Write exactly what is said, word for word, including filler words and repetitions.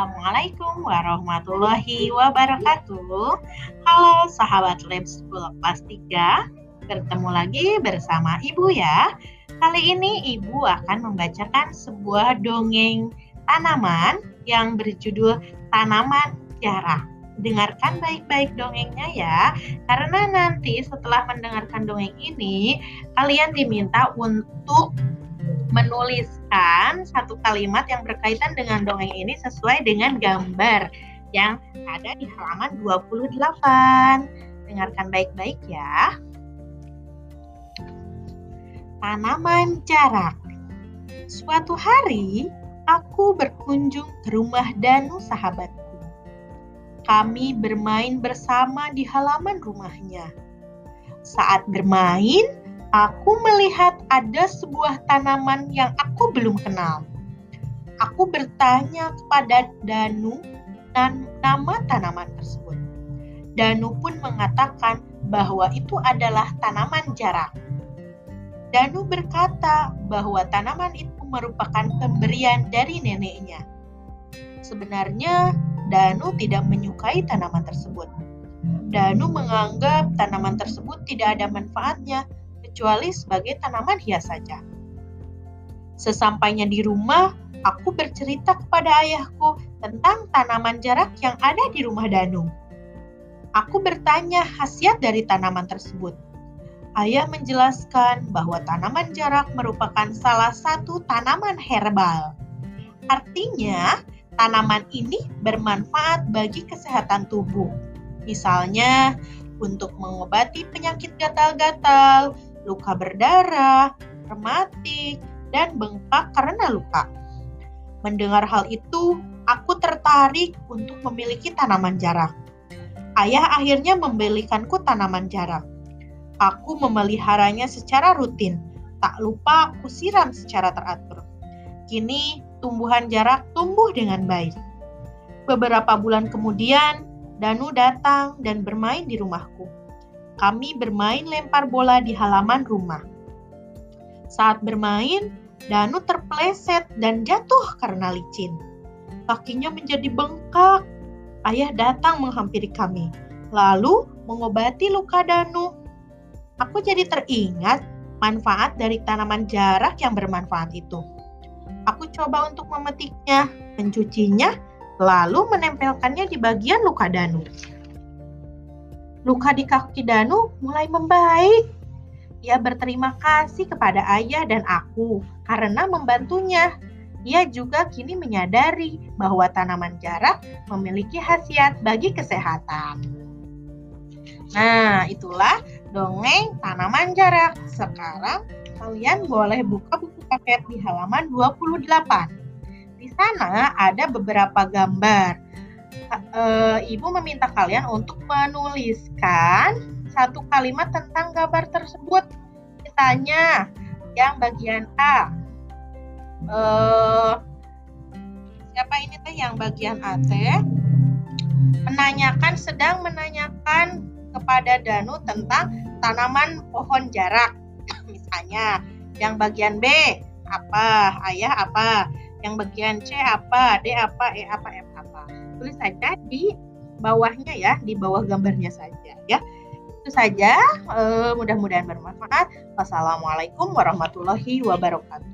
Assalamualaikum warahmatullahi wabarakatuh. Halo sahabat Lab School kelas tiga, bertemu lagi bersama Ibu ya. Kali ini Ibu akan membacakan sebuah dongeng tanaman yang berjudul Tanaman Jarak. Dengarkan baik-baik dongengnya ya, karena nanti setelah mendengarkan dongeng ini, kalian diminta untuk menuliskan satu kalimat yang berkaitan dengan dongeng ini sesuai dengan gambar yang ada di halaman dua puluh delapan. Dengarkan baik-baik ya. Tanaman jarak. Suatu hari, aku berkunjung ke rumah Danu sahabatku. Kami bermain bersama di halaman rumahnya. Saat bermain, aku melihat ada sebuah tanaman yang aku belum kenal. Aku bertanya kepada Danu dan nama tanaman tersebut. Danu pun mengatakan bahwa itu adalah tanaman jarak. Danu berkata bahwa tanaman itu merupakan pemberian dari neneknya. Sebenarnya, Danu tidak menyukai tanaman tersebut. Danu menganggap tanaman tersebut tidak ada manfaatnya, kecuali sebagai tanaman hias saja. Sesampainya di rumah, aku bercerita kepada ayahku tentang tanaman jarak yang ada di rumah Danu. Aku bertanya khasiat dari tanaman tersebut. Ayah menjelaskan bahwa tanaman jarak merupakan salah satu tanaman herbal. Artinya, tanaman ini bermanfaat bagi kesehatan tubuh. Misalnya, untuk mengobati penyakit gatal-gatal, luka berdarah, rematik, dan bengkak karena luka. Mendengar hal itu, aku tertarik untuk memiliki tanaman jarak. Ayah akhirnya membelikanku tanaman jarak. Aku memeliharanya secara rutin, tak lupa aku siram secara teratur. Kini, tumbuhan jarak tumbuh dengan baik. Beberapa bulan kemudian, Danu datang dan bermain di rumahku. Kami bermain lempar bola di halaman rumah. Saat bermain, Danu terpeleset dan jatuh karena licin. Kakinya menjadi bengkak. Ayah datang menghampiri kami, lalu mengobati luka Danu. Aku jadi teringat manfaat dari tanaman jarak yang bermanfaat itu. Aku coba untuk memetiknya, mencucinya, lalu menempelkannya di bagian luka Danu. Luka di kaki Danu mulai membaik. Ia berterima kasih kepada ayah dan aku karena membantunya. Ia juga kini menyadari bahwa tanaman jarak memiliki khasiat bagi kesehatan. Nah, itulah dongeng tanaman jarak. Sekarang kalian boleh buka buku paket di halaman dua puluh delapan. Di sana ada beberapa gambar. Uh, Ibu meminta kalian untuk menuliskan satu kalimat tentang gambar tersebut. Misalnya, yang bagian A. Uh, siapa ini teh yang bagian A teh? Menanyakan, sedang menanyakan kepada Danu tentang tanaman pohon jarak. Misalnya, yang bagian B apa? Ayah apa? Yang bagian C apa? D apa? E apa? F apa? Tulis saja di bawahnya ya, di bawah gambarnya saja ya. Itu saja, eh, mudah-mudahan bermanfaat. Wassalamualaikum warahmatullahi wabarakatuh.